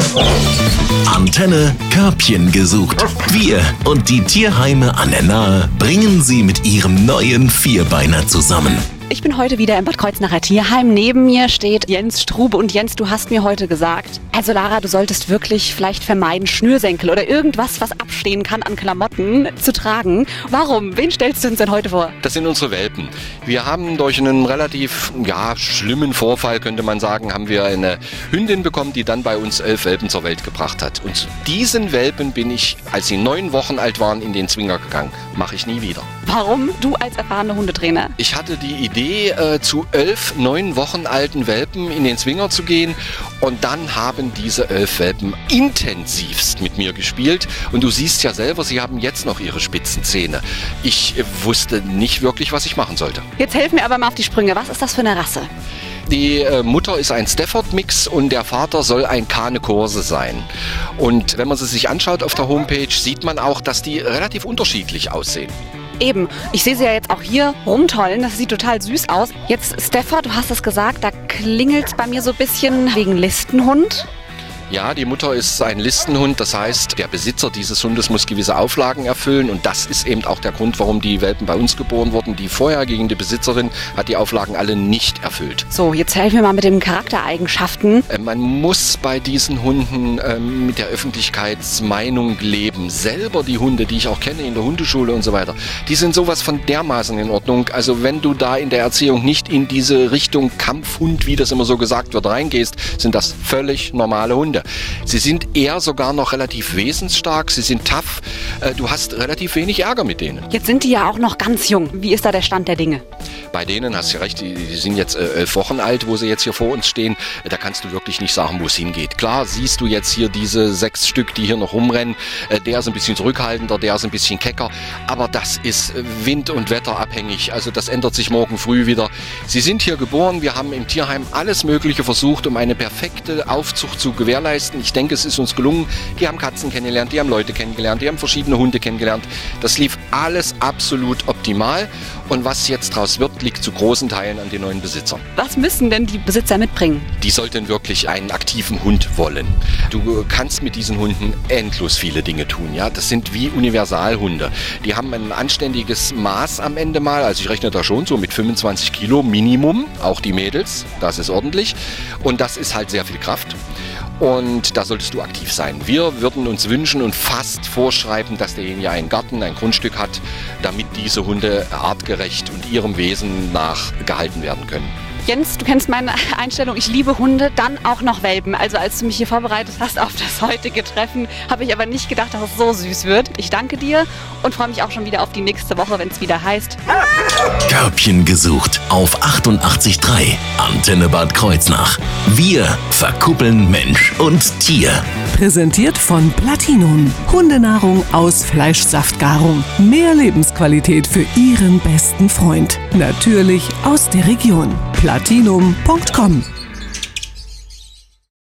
Antenne Körbchen gesucht. Wir und die Tierheime an der Nahe bringen sie mit ihrem neuen Vierbeiner zusammen. Ich bin heute wieder im Bad Kreuznacher Tierheim. Neben mir steht Jens Strube. Und Jens, du hast mir heute gesagt, also Lara, du solltest wirklich vielleicht vermeiden, Schnürsenkel oder irgendwas, was abstehen kann an Klamotten, zu tragen. Warum? Wen stellst du uns denn heute vor? Das sind unsere Welpen. Wir haben durch einen relativ schlimmen Vorfall, könnte man sagen, haben wir eine Hündin bekommen, die dann bei uns 11 Welpen zur Welt gebracht hat. Und zu diesen Welpen bin ich, als sie 9 Wochen alt waren, in den Zwinger gegangen. Mache ich nie wieder. Warum? Du als erfahrener Hundetrainer. Ich hatte die Idee, zu 11 9 Wochen alten Welpen in den Zwinger zu gehen. Und dann haben diese 11 Welpen intensivst mit mir gespielt. Und du siehst ja selber, sie haben jetzt noch ihre spitzen Zähne. Ich wusste nicht wirklich, was ich machen sollte. Jetzt helf mir aber mal auf die Sprünge. Was ist das für eine Rasse? Die Mutter ist ein Stafford-Mix und der Vater soll ein Cane Corse sein. Und wenn man sie sich anschaut auf der Homepage, sieht man auch, dass die relativ unterschiedlich aussehen. Eben, ich sehe sie ja jetzt auch hier rumtollen, das sieht total süß aus. Jetzt Stafford, du hast es gesagt, da klingelt es bei mir so ein bisschen wegen Listenhund. Ja, die Mutter ist ein Listenhund, das heißt, der Besitzer dieses Hundes muss gewisse Auflagen erfüllen und das ist eben auch der Grund, warum die Welpen bei uns geboren wurden. Die vorhergehende Besitzerin hat die Auflagen alle nicht erfüllt. So, jetzt helfen wir mal mit den Charaktereigenschaften. Man muss bei diesen Hunden mit der Öffentlichkeitsmeinung leben. Selber die Hunde, die ich auch kenne in der Hundeschule und so weiter, die sind sowas von dermaßen in Ordnung. Also wenn du da in der Erziehung nicht in diese Richtung Kampfhund, wie das immer so gesagt wird, reingehst, sind das völlig normale Hunde. Sie sind eher sogar noch relativ wesensstark, sie sind tough, du hast relativ wenig Ärger mit denen. Jetzt sind die ja auch noch ganz jung. Wie ist da der Stand der Dinge? Bei denen hast du recht, die sind jetzt 11 Wochen alt, wo sie jetzt hier vor uns stehen. Da kannst du wirklich nicht sagen, wo es hingeht. Klar siehst du jetzt hier diese 6 Stück, die hier noch rumrennen. Der ist ein bisschen zurückhaltender, der ist ein bisschen kecker. Aber das ist Wind- und Wetter abhängig. Also das ändert sich morgen früh wieder. Sie sind hier geboren. Wir haben im Tierheim alles Mögliche versucht, um eine perfekte Aufzucht zu gewährleisten. Ich denke, es ist uns gelungen. Die haben Katzen kennengelernt, die haben Leute kennengelernt, die haben verschiedene Hunde kennengelernt. Das lief alles absolut optimal. Und was jetzt draus wird, liegt zu großen Teilen an den neuen Besitzern. Was müssen denn die Besitzer mitbringen? Die sollten wirklich einen aktiven Hund wollen. Du kannst mit diesen Hunden endlos viele Dinge tun. Ja? Das sind wie Universalhunde. Die haben ein anständiges Maß am Ende mal. Also ich rechne da schon so mit 25 Kilo Minimum. Auch die Mädels, das ist ordentlich. Und das ist halt sehr viel Kraft. Und da solltest du aktiv sein. Wir würden uns wünschen und fast vorschreiben, dass derjenige einen Garten, ein Grundstück hat, damit diese Hunde artgerecht und ihrem Wesen nach gehalten werden können. Jens, du kennst meine Einstellung, ich liebe Hunde, dann auch noch Welpen. Also als du mich hier vorbereitet hast auf das heutige Treffen, habe ich aber nicht gedacht, dass es so süß wird. Ich danke dir und freue mich auch schon wieder auf die nächste Woche, wenn es wieder heißt Körbchen gesucht auf 88.3 Antenne Bad Kreuznach. Wir verkuppeln Mensch und Tier. Präsentiert von Platinum. Hundenahrung aus Fleischsaftgarung. Mehr Lebensqualität für Ihren besten Freund. Natürlich aus der Region. Platinum.com